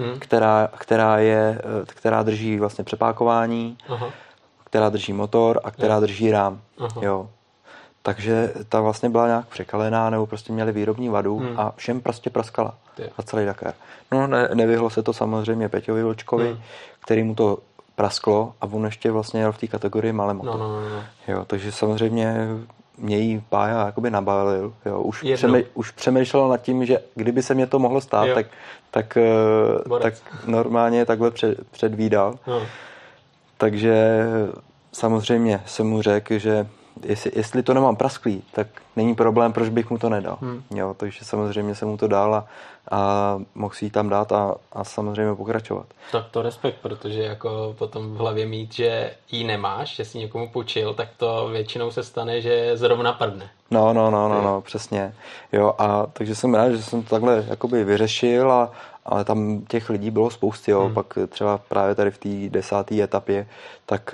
která drží vlastně přepákování, která drží motor a která drží rám. Jo. Takže ta vlastně byla nějak překalená, nebo prostě měli výrobní vadu a všem prostě praskala. A celý Dakar. No nevyhlo se to samozřejmě Peťovi Vlčkovi, který mu to prasklo a on ještě vlastně jel v té kategorii Malemoto. No. Jo, takže samozřejmě mě jí Pája jakoby nabalil. Jo. Už přemýšlel nad tím, že kdyby se mě to mohlo stát, tak normálně takhle předvídal. Takže samozřejmě jsem mu řekl, že jestli to nemám prasklý, tak není problém, proč bych mu to nedal. Jo, takže samozřejmě jsem mu to dal a mohl si ji tam dát a samozřejmě pokračovat. Tak to respekt, protože jako potom v hlavě mít, že ji nemáš, že si někomu půjčil, tak to většinou se stane, že zrovna prdne. No, přesně. Jo, a takže jsem rád, že jsem to takhle jakoby vyřešil ale tam těch lidí bylo spousty, jo. Pak třeba právě tady v té 10. etapě, tak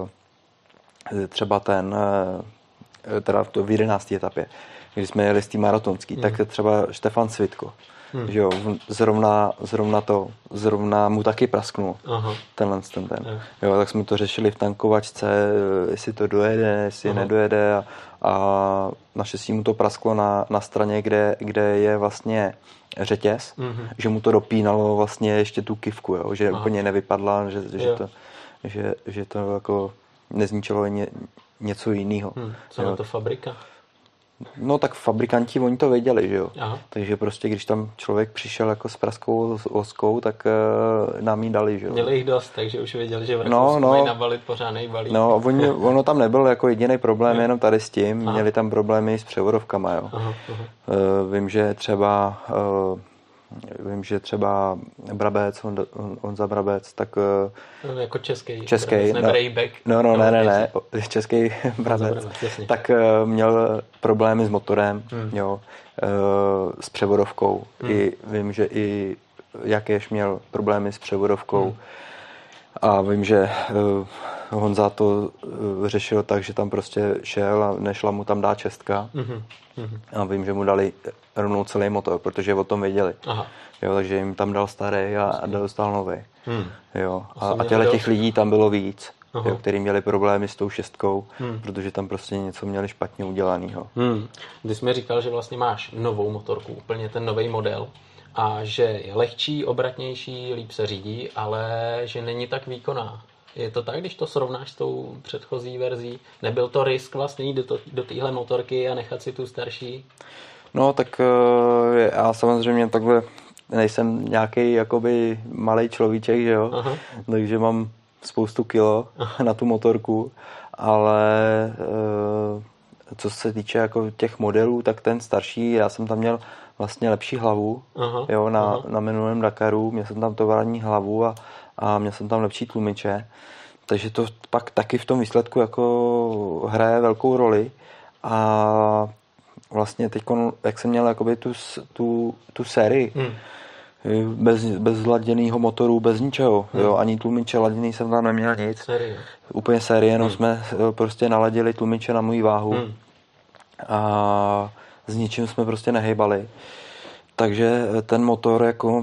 třeba teda v 11. etapě, když jsme jeli z té maratonský, tak třeba Štefan Svitko, že jo, zrovna mu taky prasknul ten. Jo, tak jsme to řešili v tankovačce, jestli to dojede, jestli nedojede a naštěstí mu to prasklo na straně, kde je vlastně řetěz, že mu to dopínalo vlastně ještě tu kivku, jo, že úplně nevypadla, že to že to jako nezničilo něco jiného. Co na to fabrika? No tak fabrikanti, oni to věděli, že jo. Aha. Takže prostě, když tam člověk přišel jako s praskou oskou, tak nám ji dali, že jo. Měli jich dost, takže už věděli, že mají nabalit pořádnej balík. No, ono tam nebyl jako jediný problém, jenom tady s tím. Aha. Měli tam problémy s převodovkama, jo. Aha. Vím, že třeba Brabec, Honza Brabec, tak... jako český. Ne, český Brabec. Tak měl problémy s motorem, jo, s převodovkou. I vím, že i Jakeš měl problémy s převodovkou. A vím, že Honza to řešil tak, že tam prostě šel a nešla mu tam dát čestka. A vím, že mu dali rovnou celý motor, protože o tom věděli. Aha. Jo, takže jim tam dal starý a dostal nový. Jo. A těch lidí tam bylo víc, jo, který měli problémy s tou šestkou, protože tam prostě něco měli špatně udělanýho. Ty jsi mi říkal, že vlastně máš novou motorku, úplně ten nový model, a že je lehčí, obratnější, líp se řídí, ale že není tak výkonná. Je to tak, když to srovnáš s tou předchozí verzí? Nebyl to risk vlastně jít do téhle motorky a nechat si tu starší? No tak já samozřejmě takhle nejsem nějaký jakoby malej človíček, že jo? Aha. Takže mám spoustu kilo na tu motorku, ale co se týče jako těch modelů, tak ten starší, já jsem tam měl vlastně lepší hlavu, jo, na minulém Dakaru, měl jsem tam tovární hlavu a měl jsem tam lepší tlumiče, takže to pak taky v tom výsledku jako hraje velkou roli a vlastně teď, jak jsem měl jakoby tu sérii, bez laděného motoru, bez ničeho, jo, ani tlumiče laděný jsem tam neměl nic. Série. Úplně série, jenom jsme prostě naladili tlumiče na můj váhu a s ničím jsme prostě nehejbali. Takže ten motor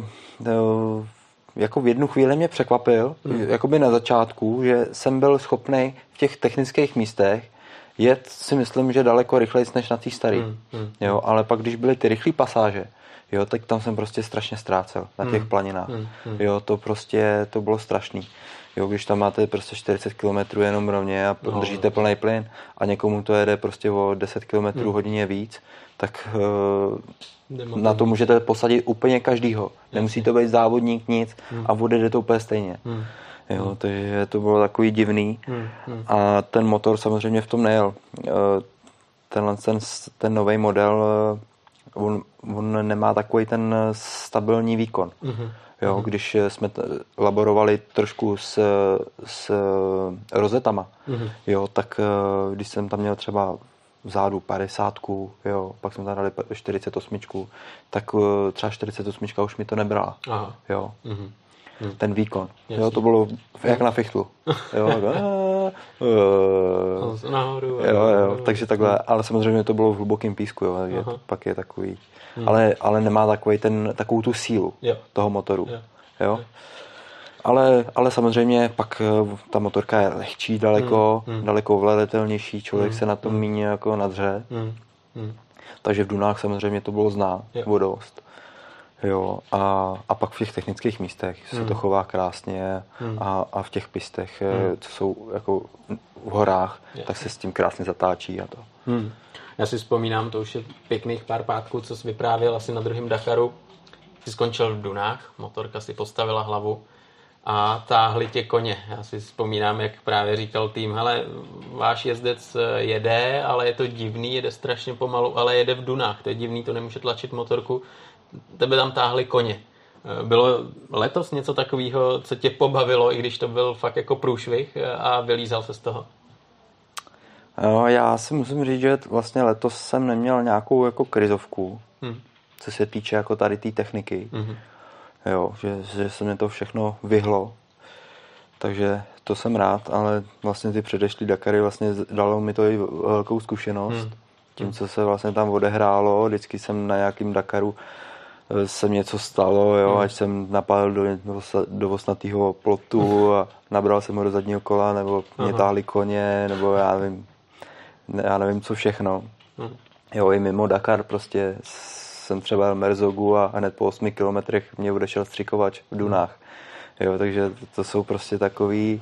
jako v jednu chvíli mě překvapil, jakoby na začátku, že jsem byl schopný v těch technických místech jet, si myslím, že daleko rychleji než na té starý. Jo, ale pak, když byly ty rychlé pasáže, jo, tak tam jsem prostě strašně ztrácel na těch planinách. Jo, to bylo strašný. Jo, když tam máte prostě 40 km jenom rovně a držíte plný plyn a někomu to jede prostě o 10 km hodině víc, tak na to můžete posadit úplně každýho. Nemusí to být závodník, nic a odjede to úplně stejně. Jo, takže to bylo takový divný. A ten motor samozřejmě v tom nejel. Ten nový model, on nemá takový ten stabilní výkon. Jo, když jsme laborovali trošku s rozetama, jo, tak když jsem tam měl třeba vzadu 50, jo, pak jsme tam dali 48, tak třeba 48 už mi to nebrala. Aha. Jo. Ten výkon. Jo, to bylo jak na fichtlu. Jo, jo, takže takhle, ale samozřejmě to bylo v hlubokém písku, jo, takže to pak je takový, ale nemá takovou tu sílu toho motoru. Jo. Ale samozřejmě pak ta motorka je lehčí daleko ovladatelnější, člověk se na tom míň jako nadře. Takže v dunách samozřejmě to bylo znát vodost. Jo, a pak v těch technických místech se to chová krásně a v těch pistech, co jsou jako v horách, tak se s tím krásně zatáčí a to. Já si vzpomínám, to už je pěkných pár pátků, co jsi vyprávěl asi na druhém Dakaru. Jsi skončil v dunách, motorka si postavila hlavu a táhli tě koně. Já si vzpomínám, jak právě říkal tým, hele, váš jezdec jede, ale je to divný, jede strašně pomalu, ale jede v dunách, to je divný, to nemůže tlačit motorku. Tebe tam táhli koně. Bylo letos něco takového, co tě pobavilo, i když to byl fakt jako průšvih a vylízal se z toho? Já si musím říct, že vlastně letos jsem neměl nějakou jako krizovku, co se týče jako tady té techniky. Jo, že se mě to všechno vyhlo. Takže to jsem rád, ale vlastně ty předešlý Dakary vlastně dalo mi to i velkou zkušenost. Tím, co se vlastně tam odehrálo, vždycky jsem na nějakým Dakaru se něco stalo, jo, ať jsem napadl do osnatého plotu a nabral jsem ho do zadního kola, nebo mě táhli koně, nebo já nevím co všechno. Jo, i mimo Dakar prostě jsem třeba jel Merzogu a hned po 8 kilometrech mě odešel střikovač v dunách. Jo, takže to jsou prostě takový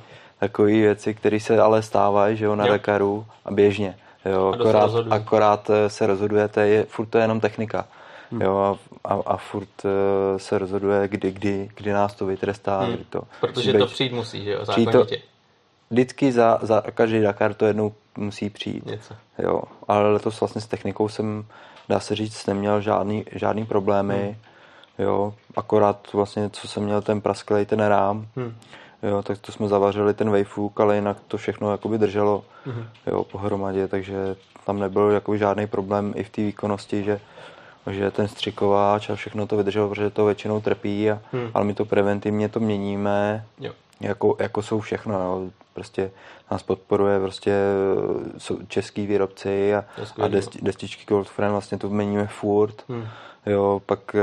takové věci, které se ale stávají, že jo, na Dakaru a běžně. Jo, akorát se rozhoduje, furt to je jenom technika. Jo, a furt se rozhoduje, kdy nás to vytrestá. Kdy to protože to přijít musí, že jo, zákonitě. Vždycky za každý Dakar to jednou musí přijít. Něco. Jo, ale letos vlastně s technikou jsem, dá se říct, neměl žádný problémy. Jo, akorát vlastně, co jsem měl ten prasklej, ten rám, jo, tak to jsme zavařili ten wayfook, ale jinak to všechno jakoby drželo jo, pohromadě, takže tam nebyl jakoby žádný problém i v té výkonnosti, že ten střikováč a všechno to vydrželo, protože to většinou trpí, ale my to preventivně to měníme, jako jsou všechno, jo. Prostě nás podporuje prostě český výrobci a destičky Goldfriend, vlastně to měníme furt, jo, pak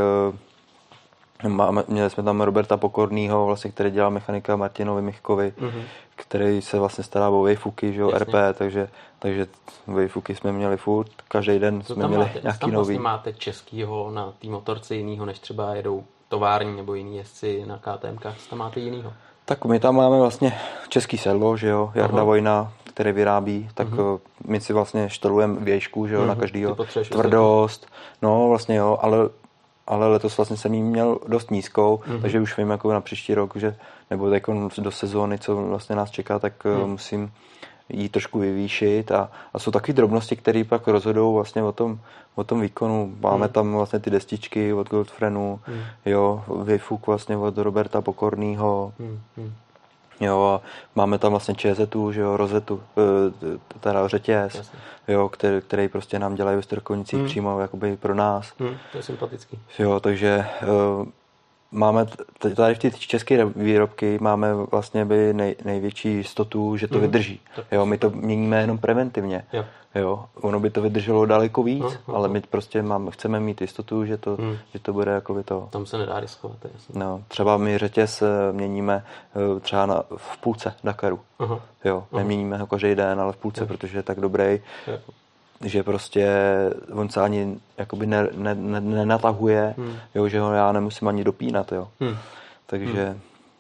měli jsme tam Roberta Pokornýho, vlastně, který dělal mechanika Martinovi Michkovi, který se vlastně stará o wayfooky, že jo, RP, takže wayfooky jsme měli furt, každý den jsme měli nějaký nový. Vlastně máte českýho na té motorce jinýho, než třeba jedou tovární nebo jiný jezdci na KTMkách, tam máte jinýho? Tak my tam máme vlastně český sedlo, že jo, Jarda Vojna, který vyrábí, tak my si vlastně štelujeme věšku, že jo, na každýho, tvrdost, no vlastně jo, ale letos vlastně jsem jí měl dost nízkou, takže už vím jako na příští rok, že nebo jako do sezóny, co vlastně nás čeká, tak musím jí trošku vyvýšit a jsou taky drobnosti, které pak rozhodují vlastně o tom výkonu. Máme tam vlastně ty destičky od Goldfriendu, jo, wayfook vlastně od Roberta Pokornýho, jo, a máme tam vlastně ČZ, že jo, rozetu, teda řetěz, jo, který prostě nám dělají ve Strkovnicích přímo jakoby pro nás. To je sympatický. Jo, takže máme tady v té české výrobky máme vlastně největší jistotu, že to vydrží. Jo, my to měníme jenom preventivně. Jo, ono by to vydrželo daleko víc, ale my prostě chceme mít jistotu, že to bude jakoby to. Tam se nedá riskovat, jasně. No, třeba my řetěz měníme třeba v půlce Dakaru. Jo, neměníme ho každý den, ale v půlce, protože je tak dobrý, že prostě on se ani jakoby nenatahuje, jo, že ho já nemusím ani dopínat, jo. Takže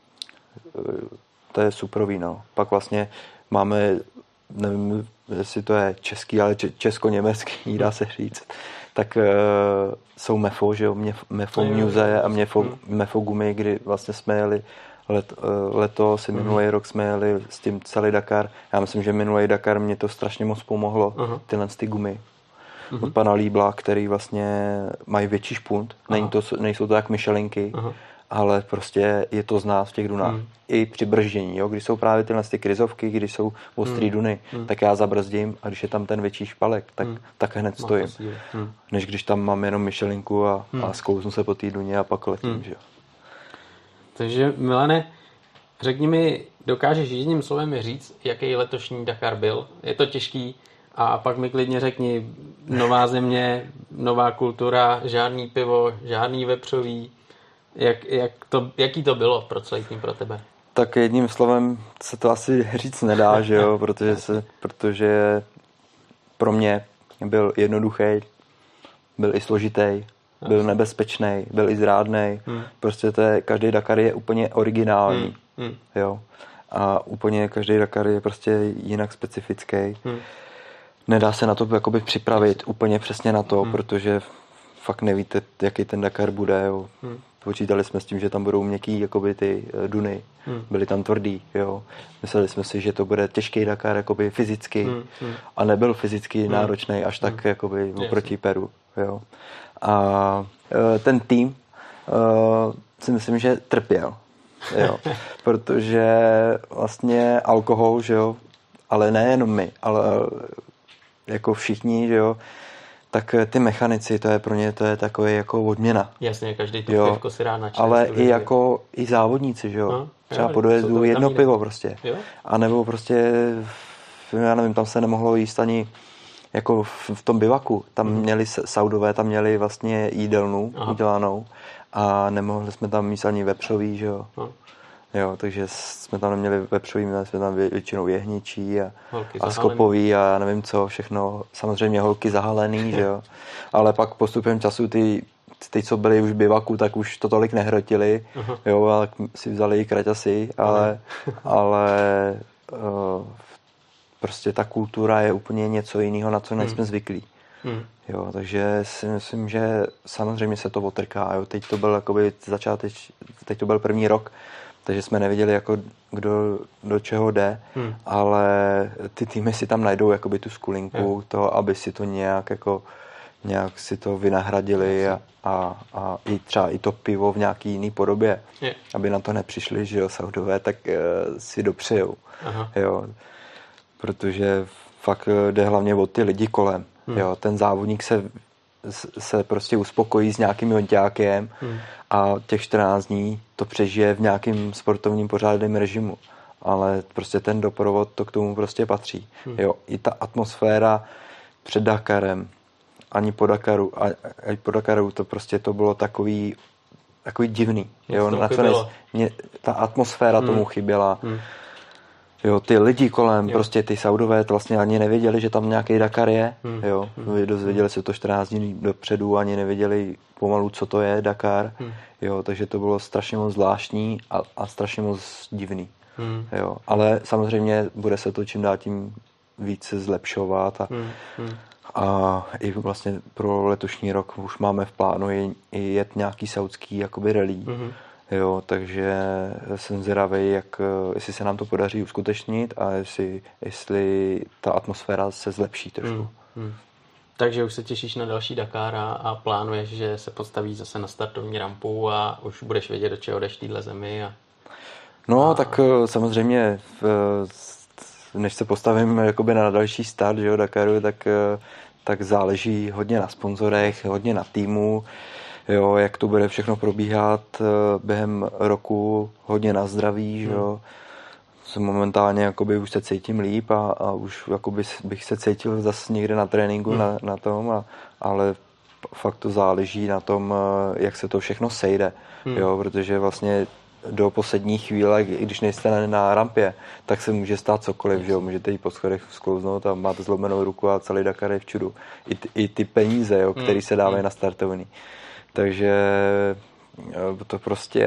to je superový, no. Pak vlastně máme, nevím, jestli to je český, ale česko-německý, dá se říct, tak jsou MEFO, že jo, MEFO Muse a MEFO gumy, kdy vlastně jsme jeli letos, minulý rok jsme jeli s tím celý Dakar. Já myslím, že minulý Dakar mě to strašně moc pomohlo, tyhle ty gumy. Od pana Líbla, který vlastně mají větší špunt. Nejsou to jak Michelinky, ale prostě je to znát v těch dunách. I při brždění, jo? Když jsou právě tyhle ty krizovky, když jsou ostrý duny, tak já zabrzdím a když je tam ten větší špalek, tak hned stojím. Než když tam mám jenom Michelinku a zkouznu se po té duně a pak letím, že jo. Takže Milane, řekni mi, dokážeš jedním slovem říct, jaký letošní Dakar byl? Je to těžký a pak mi klidně řekni, nová země, nová kultura, žádný pivo, žádný vepřový. Jaký to bylo pro celý tým pro tebe? Tak jedním slovem se to asi říct nedá, že jo, protože pro mě byl jednoduchý, byl i složitý, byl nebezpečný, byl i zrádnej. Prostě každý Dakar je úplně originální. Jo. A úplně každý Dakar je prostě jinak specifický. Nedá se na to jakoby připravit úplně přesně na to, protože fakt nevíte, jaký ten Dakar bude. Jo. Počítali jsme s tím, že tam budou měkký jakoby ty duny. Byly tam tvrdý. Jo. Mysleli jsme si, že to bude těžký Dakar jakoby fyzicky a nebyl fyzicky náročný až tak jakoby oproti Peru. Jo. A ten tým si myslím, že trpěl, jo, protože vlastně alkohol, že jo, ale nejenom my, ale jako všichni, že jo, tak ty mechanici, to je pro ně takový jako odměna. Jasně, každý to pivko si rád načne. Ale i závodníci, že jo, třeba po dojezdu jedno pivo prostě. Jo? A nebo prostě, já nevím, tam se nemohlo jíst ani jako v tom bivaku, tam měli Saudové, tam měli vlastně jídelnu udělanou a nemohli jsme tam mít ani vepřový, že jo. Jo, takže jsme tam neměli vepřový, měli jsme tam většinou jehničí a skopový a nevím co, všechno, samozřejmě holky zahalený, že jo. Ale pak postupem času ty ty, co byli už v bivaku, tak už to tolik nehrotili, jo, ale si vzali i kraťasy, ale prostě ta kultura je úplně něco jiného, na co nejsme zvyklí. Jo, takže si myslím, že samozřejmě se to otrká. Jo. Teď to byl jakoby teď to byl první rok, takže jsme nevěděli, jako kdo do čeho jde, ale ty týmy si tam najdou jakoby tu skulinku, to, aby si to nějak si to vynahradili a i třeba i to pivo v nějaký jiný podobě, aby na to nepřišli, že jo, Saudové, tak si dopřejou. Jo. Protože fakt jde hlavně o ty lidi kolem. Jo, ten závodník se prostě uspokojí s nějakým jonťákem a těch 14 dní to přežije v nějakým sportovním pořádném režimu. Ale prostě ten doprovod to k tomu prostě patří. Jo, i ta atmosféra před Dakarem, ani po Dakaru to prostě to bylo takový divný. Jo, nakonec ta atmosféra tomu chyběla. Jo, ty lidi kolem, prostě ty Saudové vlastně ani nevěděli, že tam nějaký Dakar je, jo, dozvěděli se to 14 dní dopředu, ani nevěděli pomalu, co to je Dakar, jo, takže to bylo strašně moc zvláštní a strašně moc divný, jo, ale samozřejmě bude se to čím dál tím více zlepšovat a i vlastně pro letošní rok už máme v plánu i jet nějaký saudský jakoby rally. Jo, takže jsem zvědavý, jestli se nám to podaří uskutečnit a jestli ta atmosféra se zlepší trošku. Takže už se těšíš na další Dakar a plánuješ, že se postaví zase na startovní rampu a už budeš vědět, do čeho jdeš v téhle zemi. Tak samozřejmě, než se postavím jakoby na další start, že jo, Dakaru, tak záleží hodně na sponzorech, hodně na týmu. Jo, jak to bude všechno probíhat během roku, hodně na zdraví, že jo. Momentálně jakoby už se cítím líp a už jakoby bych se cítil zase někde na tréninku na tom, ale fakt to záleží na tom, jak se to všechno sejde, jo, protože vlastně do poslední chvíle, když nejste na rampě, tak se může stát cokoliv, že jo, můžete jít po schodech sklouznout a máte zlomenou ruku a celý Dakar je v čudu. I ty peníze, jo, které se dávají na startovní. Takže to prostě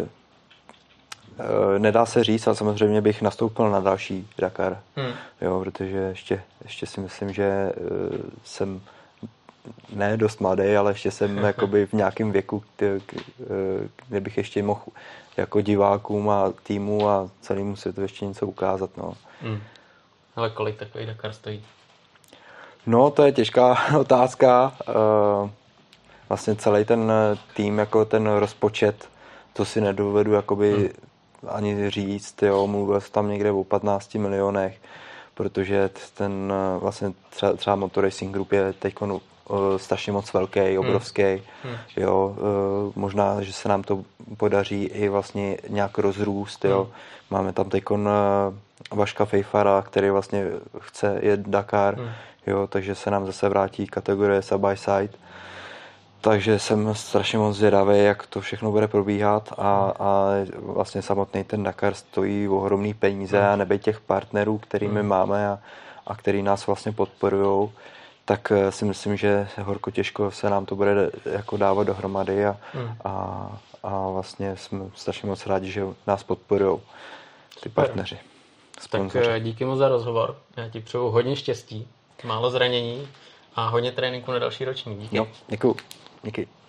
nedá se říct, ale samozřejmě bych nastoupil na další Dakar. Jo, protože ještě si myslím, že jsem ne dost mladý, ale ještě jsem jakoby v nějakém věku, kde bych ještě mohl jako divákům a týmu a celému světu ještě něco ukázat. No. Ale kolik takový Dakar stojí? No, to je těžká otázka. Vlastně celý ten tým, jako ten rozpočet, to si nedovedu jakoby ani říct, jo, mluvil jsem tam někde o 15 milionech, protože ten vlastně třeba Motor Racing Group je teď strašně moc velký, obrovský, jo, možná, že se nám to podaří i vlastně nějak rozrůst, jo. Máme tam teď Vaška Fejfara, který vlastně chce jet Dakar, jo, takže se nám zase vrátí kategorie side by side. Takže jsem strašně moc zvědavý, jak to všechno bude probíhat a vlastně samotný ten Dakar stojí ohromný peníze a nebe těch partnerů, kterými máme a který nás vlastně podporujou, tak si myslím, že horko těžko se nám to bude jako dávat dohromady a vlastně jsme strašně moc rádi, že nás podporujou ty partneři. Sponzoři. Tak díky moc za rozhovor. Já ti přeju hodně štěstí, málo zranění a hodně tréninku na další ročník. Díky. Jo, děkuju. Díky.